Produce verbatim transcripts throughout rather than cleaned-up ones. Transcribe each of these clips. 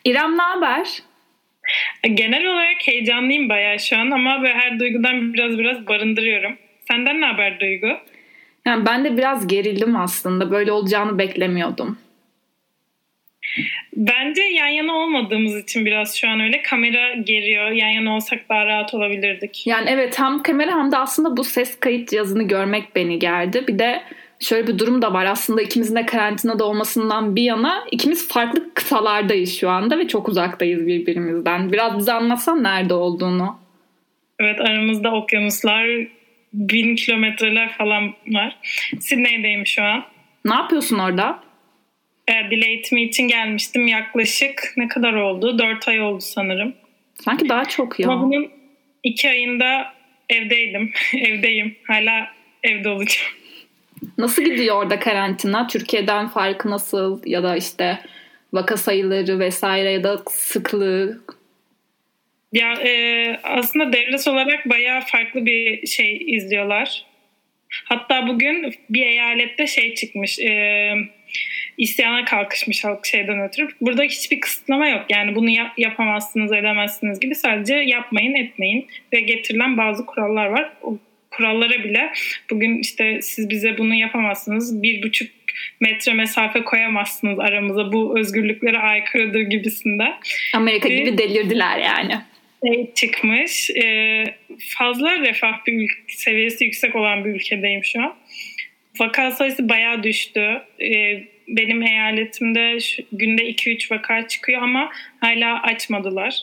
İrem, ne haber? Genel olarak heyecanlıyım bayağı şu an ama böyle her duygudan biraz biraz barındırıyorum. Senden ne haber Duygu? Yani ben de biraz gerildim aslında. Böyle olacağını beklemiyordum. Bence yan yana olmadığımız için biraz şu an öyle. Kamera geriyor. Yan yana olsak daha rahat olabilirdik. Yani evet, hem kamera hem de aslında bu ses kayıt cihazını görmek beni gerdi. Bir de şöyle bir durum da var. Aslında ikimizin de karantinada olmasından bir yana ikimiz farklı kıtalardayız şu anda ve çok uzaktayız birbirimizden. Biraz bize anlatsan nerede olduğunu. Evet, aramızda okyanuslar, bin kilometreler falan var. Sydney'deyim şu an. Ne yapıyorsun orada? E, dil eğitimi için gelmiştim. Yaklaşık ne kadar oldu? Dört ay oldu sanırım. Sanki daha çok ya. Ama bunun iki ayında evdeydim. Evdeyim. Hala evde olacağım. Nasıl gidiyor orada karantina? Türkiye'den farkı nasıl? Ya da işte vaka sayıları vesaire ya da sıklığı? Ya e, aslında devlet olarak bayağı farklı bir şey izliyorlar. Hatta bugün bir eyalette şey çıkmış. E, isyana kalkışmış halk şeyden ötürü. Burada hiçbir kısıtlama yok. Yani bunu yap, yapamazsınız, edemezsiniz gibi. Sadece yapmayın, etmeyin. Ve getirilen bazı kurallar var. O kurallara bile bugün işte siz bize bunu yapamazsınız, bir buçuk metre mesafe koyamazsınız aramıza, bu özgürlüklere aykırıdır gibisinde. Amerika bir gibi delirdiler yani. Şey çıkmış. Ee, fazla refah bir ülke, seviyesi yüksek olan bir ülkedeyim şu an. Vaka sayısı bayağı düştü. Ee, benim eyaletimde şu, günde iki üç vaka çıkıyor ama hala açmadılar.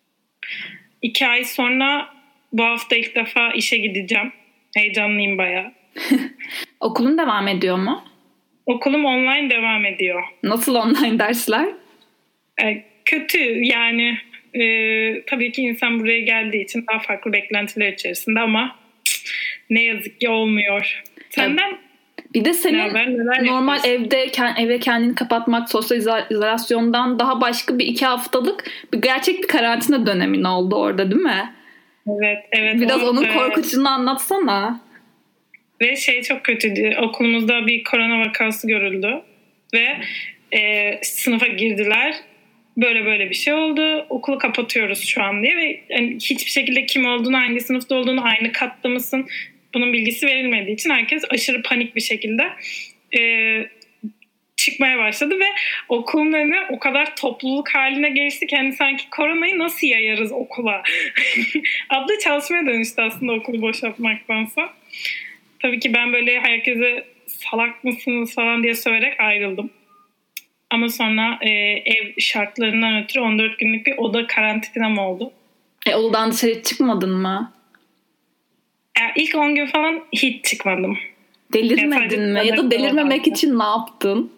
İki ay sonra bu hafta ilk defa işe gideceğim. Heyecanlıyım bayağı. Okulun devam ediyor mu? Okulum online devam ediyor. Nasıl online dersler? Ee, kötü yani. E, tabii ki insan buraya geldiği için daha farklı beklentiler içerisinde ama cık, ne yazık ki olmuyor. Senden? Bir de senin haber, normal yapıyorsun? evde eve kendini kapatmak, sosyal izolasyondan daha başka bir iki haftalık bir gerçek bir karantina dönemin oldu orada, değil mi? Evet, evet. Biraz o, onun e, korkutucunu anlatsana. Ve şey çok kötüydü. Okulumuzda bir korona vakası görüldü ve e, sınıfa girdiler. Böyle böyle bir şey oldu. Okulu kapatıyoruz şu an diye ve yani hiçbir şekilde kim olduğunu, hangi sınıfta olduğunu, aynı katta mısın, bunun bilgisi verilmediği için herkes aşırı panik bir şekilde e, çıkmaya başladı ve okulun önü o kadar topluluk haline geçti ki hani sanki koronayı nasıl yayarız okula adlı çalışmaya dönüştü aslında okulu boşaltmaktansa. Tabii ki ben böyle herkese salak mısınız falan diye söverek ayrıldım. Ama sonra e, ev şartlarından ötürü on dört günlük bir oda karantinam oldu. E, odadan dışarı çıkmadın mı? Yani ilk on gün falan hiç çıkmadım. Delirmedin mi? Ya da delirmemek için ne yaptın?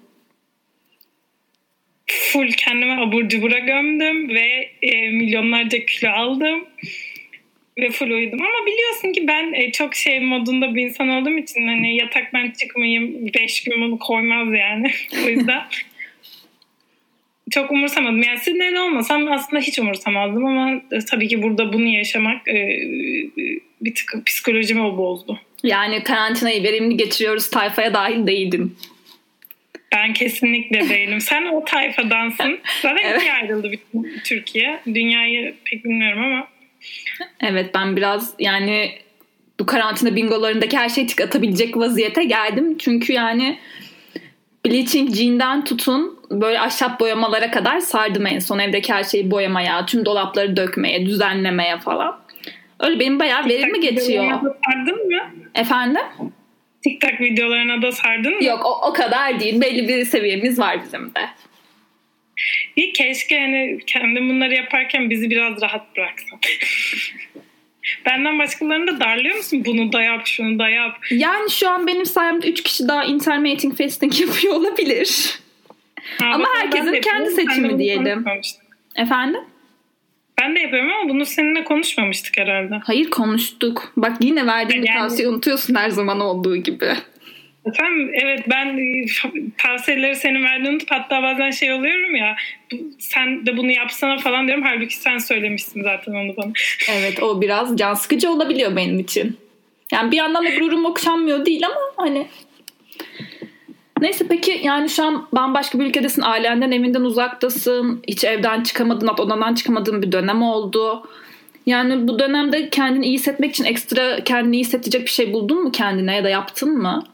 Full kendime abur cubura gömdüm ve e, milyonlarca kilo aldım. Ve full uyudum. Ama biliyorsun ki ben e, çok şey modunda bir insan olduğum için hani yataktan çıkmayayım beş gün bunu koymaz yani. O yüzden çok umursamadım. Yani Sydney'de olmasam aslında hiç umursamazdım ama e, tabii ki burada bunu yaşamak e, bir tık psikolojimi bozdu. Yani karantinayı verimli geçiriyoruz tayfaya dahil değildin. Ben kesinlikle değilim. Sen o tayfadansın. Zaten evet. İkiye ayrıldı bütün Türkiye. Dünyayı pek bilmiyorum ama. Evet, ben biraz yani bu karantina bingolarındaki her şeyi tık atabilecek vaziyete geldim. Çünkü yani bleaching jean'den tutun böyle ahşap boyamalara kadar sardım en son, evdeki her şeyi boyamaya, tüm dolapları dökmeye, düzenlemeye falan. Öyle benim bayağı verimli geçiyor. TikTok videolarına da sardın mı? Efendim? TikTok videolarına da sardın mı? Yok, o, o kadar değil. Belli bir seviyemiz var bizim de. İyi, keşke hani kendim bunları yaparken bizi biraz rahat bıraksan. Benden başkalarını da darlıyor musun? Bunu da yap, şunu da yap. Yani şu an benim sayemde üç kişi daha intermittent fasting yapıyor olabilir. Ha, ama herkesin kendi seçimi diyelim. Efendim? Ben de yapıyorum ama bunu seninle konuşmamıştık herhalde. Hayır, konuştuk. Bak yine verdiğin yani... tavsiye unutuyorsun her zaman olduğu gibi. Efendim, evet, ben tavsiyeleri senin verdiğini unutup hatta bazen şey oluyorum ya, sen de bunu yapsana falan diyorum. Halbuki sen söylemişsin zaten onu bana. Evet, o biraz can sıkıcı olabiliyor benim için. Yani bir yandan da gururum okşanmıyor değil ama hani Neyse peki yani şu an bambaşka bir ülkedesin. Ailenden, evinden uzaktasın. Hiç evden çıkamadın, odadan çıkamadığın bir dönem oldu. Yani bu dönemde kendini iyi hissetmek için ekstra kendini iyi hissedecek bir şey buldun mu kendine ya da yaptın mı?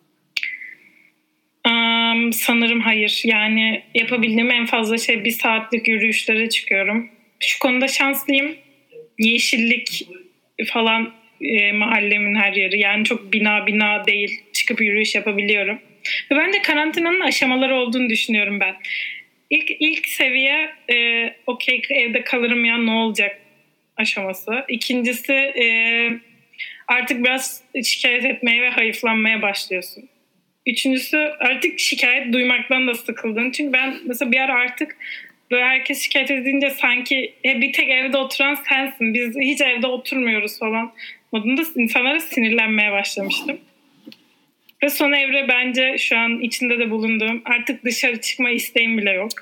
Um, sanırım hayır. Yani yapabildiğim en fazla şey bir saatlik yürüyüşlere çıkıyorum. Şu konuda şanslıyım. Yeşillik falan e, mahallemin her yeri. Yani çok bina bina değil. Çıkıp yürüyüş yapabiliyorum. Ve bence karantinanın aşamaları olduğunu düşünüyorum ben. İlk, ilk seviye e, okey evde kalırım ya ne olacak aşaması. İkincisi e, artık biraz şikayet etmeye ve hayıflanmaya başlıyorsun. Üçüncüsü artık şikayet duymaktan da sıkıldın. Çünkü ben mesela bir ara artık böyle herkes şikayet edince sanki e, bir tek evde oturan sensin. Biz hiç evde oturmuyoruz falan modunda insanlara sinirlenmeye başlamıştım. Ve son evre bence şu an içinde de bulunduğum artık dışarı çıkma isteğim bile yok.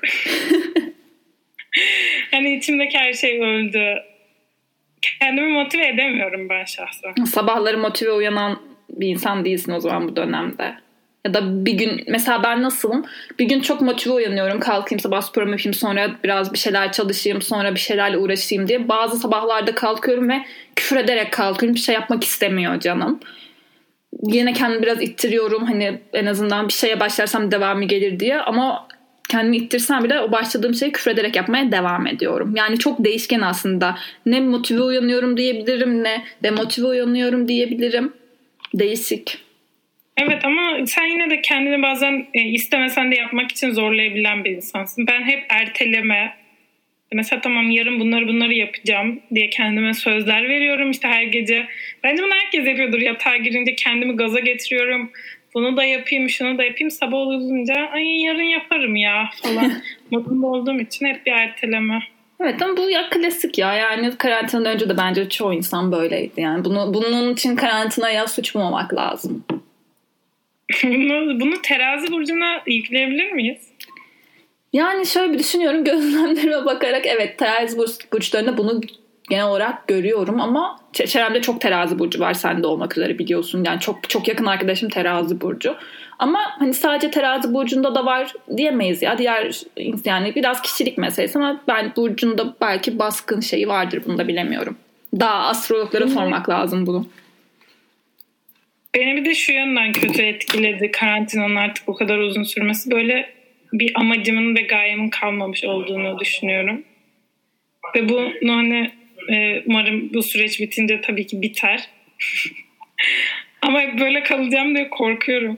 Hani içimdeki her şey öldü. Kendimi motive edemiyorum ben şahsen. Sabahları motive uyanan bir insan değilsin o zaman bu dönemde. Ya da bir gün mesela ben nasılım? Bir gün çok motive uyanıyorum. Kalkayım sabah sporumu yapayım, sonra biraz bir şeyler çalışayım, sonra bir şeylerle uğraşayım diye. Bazı sabahlarda kalkıyorum ve küfür ederek kalkıyorum. Bir şey yapmak istemiyor canım. Yine kendimi biraz ittiriyorum. Hani en azından bir şeye başlarsam devamı gelir diye. Ama kendimi ittirsem bile o başladığım şeyi küfür ederek yapmaya devam ediyorum. Yani çok değişken aslında. Ne motive uyanıyorum diyebilirim, ne demotive uyanıyorum diyebilirim. Değişik. Evet ama sen yine de kendini bazen e, istemesen de yapmak için zorlayabilen bir insansın. Ben hep erteleme. Mesela tamam yarın bunları bunları yapacağım diye kendime sözler veriyorum işte her gece. Bence bunu herkes yapıyordur. Yatağa girince kendimi gaza getiriyorum. Bunu da yapayım, şunu da yapayım. Sabah olunca ay yarın yaparım ya falan modunda olduğum için hep bir erteleme. Evet ama bu ya klasik ya. Yani karantinadan önce de bence çoğu insan böyleydi. Yani bunu bunun için karantinaya suç bulmamak lazım. bunu, bunu terazi burcuna yükleyebilir miyiz? Yani şöyle bir düşünüyorum, gözlemlerime bakarak evet terazi burçlarında bunu genel olarak görüyorum ama çevremde çok terazi burcu var, sen de olmak üzere biliyorsun. Yani çok çok yakın arkadaşım terazi burcu. Ama hani sadece terazi burcunda da var diyemeyiz ya. Diğer yani biraz kişilik meselesi ama ben burcunda belki baskın şeyi vardır, bunu da bilemiyorum. Daha astrologlara hmm. sormak lazım bunu. Beni bir de şu yönden kötü etkiledi karantinanın artık bu kadar uzun sürmesi. Böyle bir amacımın ve gayemin kalmamış olduğunu düşünüyorum. Ve bunu hani e, umarım bu süreç bitince tabii ki biter. Ama hep böyle kalacağım diye korkuyorum.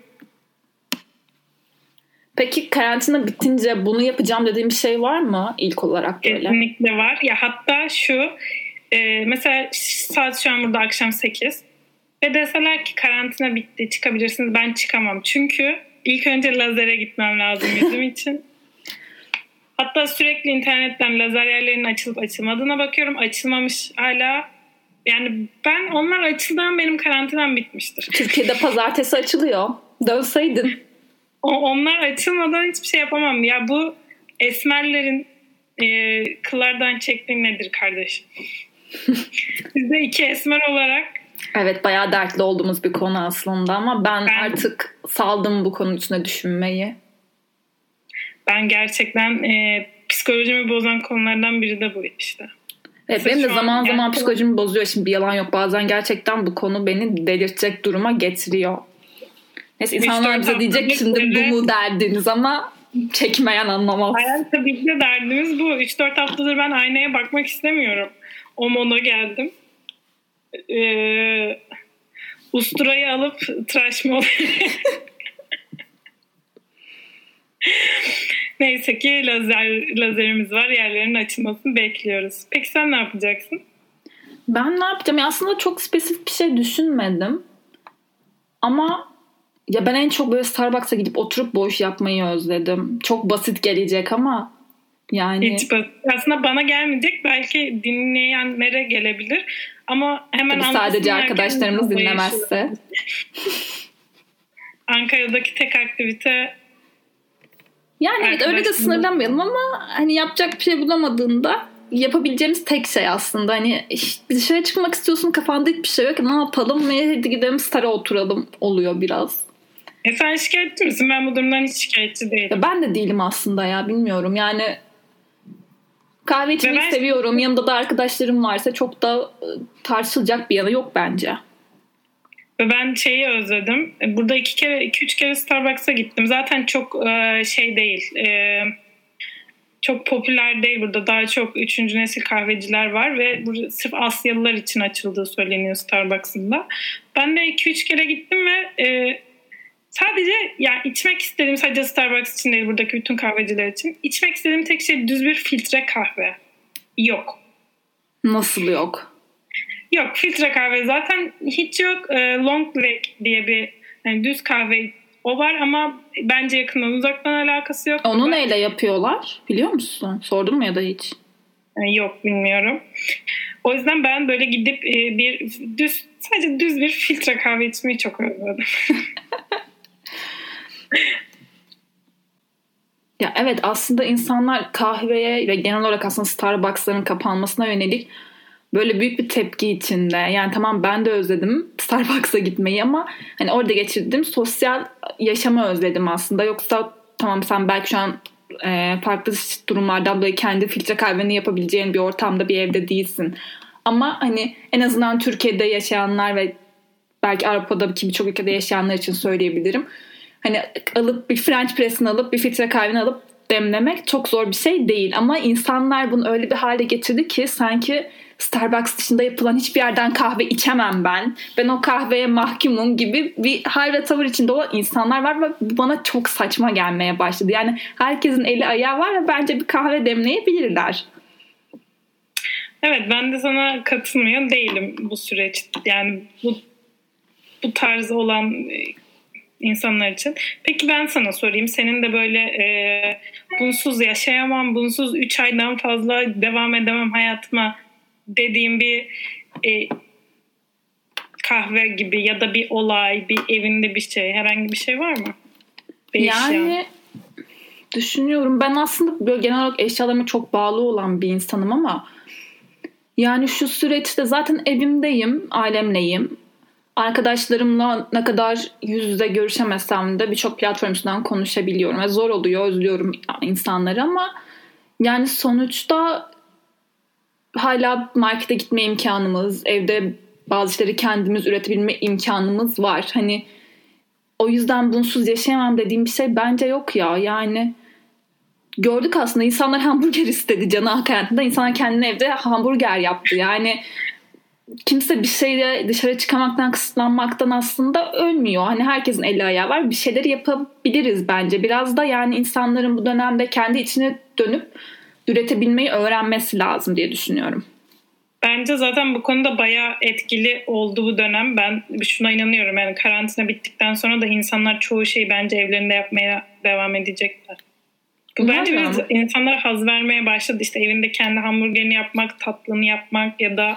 Peki karantina bitince bunu yapacağım dediğim bir şey var mı ilk olarak böyle? Kesinlikle var. Ya hatta şu e, mesela saat şu an burada akşam sekiz ve deseler ki karantina bitti çıkabilirsiniz, ben çıkamam. Çünkü İlk önce lazere gitmem lazım yüzüm için. Hatta sürekli internetten lazer yerlerinin açılıp açılmadığına bakıyorum. Açılmamış hala. Yani ben onlar açıldığında benim karantinam bitmiştir. Türkiye'de pazartesi açılıyor. Dönseydin. O, onlar açılmadan hiçbir şey yapamam. Ya bu esmerlerin e, kıllardan çektiği nedir kardeşim? Biz de iki esmer olarak. Evet, bayağı dertli olduğumuz bir konu aslında ama ben, ben artık saldım bu konu üstüne düşünmeyi. Ben gerçekten e, psikolojimi bozan konulardan biri de bu işte. Evet, Siz benim de zaman zaman yani... psikolojimi bozuyor. Şimdi bir yalan yok. Bazen gerçekten bu konu beni delirtecek duruma getiriyor. Neyse insanlar bize diyecek ki şimdi bu mu derdiniz ama çekmeyen anlamaz. Hayır, tabii ki de derdimiz bu. üç dört haftadır ben aynaya bakmak istemiyorum. O moda geldim. Ee, usturayı alıp tıraş mı oluyor? Neyse ki lazer, lazerimiz var. Yerlerinin açılmasını bekliyoruz. Peki sen ne yapacaksın? Ben ne yapacağım? Ya aslında çok spesifik bir şey düşünmedim. Ama ya ben en çok böyle Starbucks'a gidip oturup boş yapmayı özledim. Çok basit gelecek ama yani. Hiç basit. Aslında bana gelmeyecek. Belki dinleyenlere gelebilir. Ama hemen sadece arkadaşlarımız dinlemezse. Ankara'daki tek aktivite. Yani evet, öyle de sınırlamayalım ama hani yapacak bir şey bulamadığında yapabileceğimiz tek şey aslında. Hani işte dışarı çıkmak istiyorsun, kafanda hiçbir şey yok. Ne yapalım? Hadi gidelim Star'a oturalım oluyor biraz. E sen şikayetçi misin? Ben bu durumdan hiç şikayetçi değilim. Ya ben de değilim aslında ya, bilmiyorum. Yani kahve içmeyi ben... seviyorum. Yanımda da arkadaşlarım varsa çok da tartışılacak bir yanı yok bence. Ve ben şeyi özledim. Burada iki kere, iki üç kere Starbucks'a gittim. Zaten çok e, şey değil. E, çok popüler değil burada. Daha çok üçüncü nesil kahveciler var ve burada sırf Asyalılar için açıldığı söyleniyor Starbucks'ın da. Ben de iki üç kere gittim ve e, sadece yani içmek istediğim, sadece Starbucks için değil, buradaki bütün kahveciler için içmek istediğim tek şey düz bir filtre kahve. Yok. Nasıl yok? Yok, filtre kahve zaten hiç yok. Long black diye bir yani düz kahve o var ama bence yakından uzaktan alakası yok. Onu ben... neyle yapıyorlar biliyor musun? Sordun mu ya da hiç? Yok, bilmiyorum. O yüzden ben böyle gidip bir düz, sadece düz bir filtre kahve içmeyi çok özledim. Ya evet, aslında insanlar kahveye ve genel olarak aslında Starbucks'ların kapanmasına yönelik böyle büyük bir tepki içinde. Yani tamam, ben de özledim Starbucks'a gitmeyi ama hani orada geçirdiğim sosyal yaşamı özledim aslında. Yoksa tamam, sen belki şu an e, farklı durumlardan dolayı kendi filtre kahveni yapabileceğin bir ortamda, bir evde değilsin. Ama hani en azından Türkiye'de yaşayanlar ve belki Avrupa'daki birçok ülkede yaşayanlar için söyleyebilirim. Hani alıp bir French press'ini alıp bir filtre kahveni alıp demlemek çok zor bir şey değil. Ama insanlar bunu öyle bir hale getirdi ki sanki Starbucks dışında yapılan hiçbir yerden kahve içemem ben. Ben o kahveye mahkumum gibi bir hal ve tavır içinde olan insanlar var ve bu bana çok saçma gelmeye başladı. Yani herkesin eli ayağı var ve bence bir kahve demleyebilirler. Evet, ben de sana katılmıyor değilim bu süreç. Yani bu bu tarz olan insanlar için. Peki ben sana sorayım. Senin de böyle e, bunsuz yaşayamam, bunsuz üç aydan fazla devam edemem hayatıma dediğim bir e, kahve gibi ya da bir olay, bir evinde bir şey, herhangi bir şey var mı? Bir yani eşya. Düşünüyorum. Ben aslında böyle genel olarak eşyalarıma çok bağlı olan bir insanım ama yani şu süreçte zaten evimdeyim, ailemleyim. Arkadaşlarımla ne kadar yüz yüze görüşemesem de birçok platform üstünden konuşabiliyorum. Ve zor oluyor, özlüyorum insanları ama yani sonuçta hala markete gitme imkanımız, evde bazı şeyleri kendimiz üretebilme imkanımız var. Hani o yüzden bunsuz yaşayamam dediğim bir şey bence yok ya. Yani gördük aslında, insanlar hamburger istedi canı hakikaten. İnsanlar kendine evde hamburger yaptı. Yani kimse bir şeyle dışarı çıkamaktan, kısıtlanmaktan aslında ölmüyor. Hani herkesin eli ayağı var. Bir şeyler yapabiliriz bence. Biraz da yani insanların bu dönemde kendi içine dönüp üretebilmeyi öğrenmesi lazım diye düşünüyorum. Bence zaten bu konuda bayağı etkili oldu bu dönem. Ben şuna inanıyorum. Yani karantina bittikten sonra da insanlar çoğu şeyi bence evlerinde yapmaya devam edecekler. Bu bence biraz insanlara haz vermeye başladı. İşte evinde kendi hamburgerini yapmak, tatlını yapmak ya da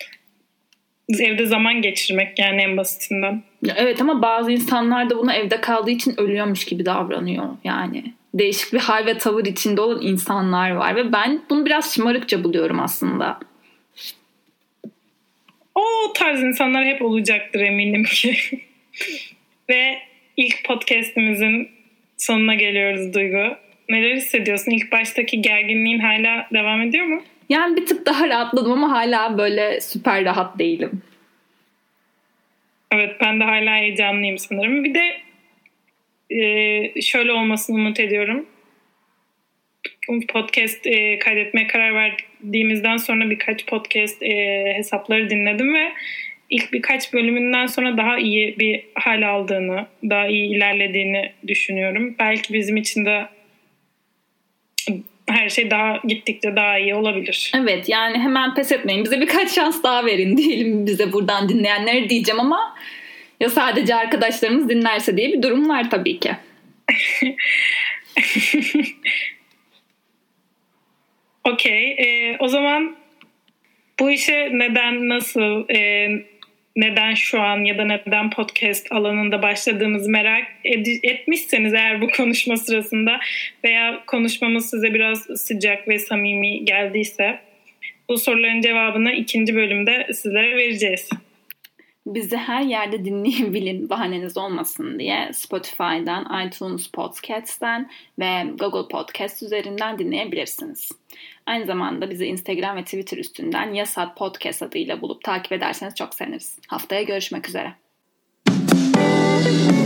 evde zaman geçirmek, yani en basitinden. Evet, ama bazı insanlar da buna evde kaldığı için ölüyormuş gibi davranıyor. Yani değişik bir hal ve tavır içinde olan insanlar var ve ben bunu biraz şımarıkça buluyorum aslında. O tarz insanlar hep olacaktır eminim ki. Ve ilk podcast'imizin sonuna geliyoruz Duygu. Neler hissediyorsun? İlk baştaki gerginliğin hala devam ediyor mu? Yani bir tık daha rahatladım ama hala böyle süper rahat değilim. Evet, ben de hala heyecanlıyım sanırım. Bir de e, şöyle olmasını umut ediyorum. Podcast e, kaydetmeye karar verdiğimizden sonra birkaç podcast e, hesapları dinledim ve ilk birkaç bölümünden sonra daha iyi bir hal aldığını, daha iyi ilerlediğini düşünüyorum. Belki bizim için de her şey daha gittikçe daha iyi olabilir. Evet, yani hemen pes etmeyin. Bize birkaç şans daha verin diyelim bize buradan dinleyenlere diyeceğim ama ya sadece arkadaşlarımız dinlerse diye bir durum var tabii ki. Okey. Ee, o zaman bu işe neden, nasıl, e, neden şu an ya da neden podcast alanında başladığımızı merak ed- etmişseniz eğer bu konuşma sırasında veya konuşmamız size biraz sıcak ve samimi geldiyse bu soruların cevabını ikinci bölümde sizlere vereceğiz. bizi her yerde dinleyebilin, bahaneniz olmasın diye Spotify'dan, iTunes Podcast'ten ve Google Podcast üzerinden dinleyebilirsiniz. Aynı zamanda bizi Instagram ve Twitter üstünden Yasat Podcast adıyla bulup takip ederseniz çok seviniriz. Haftaya görüşmek üzere.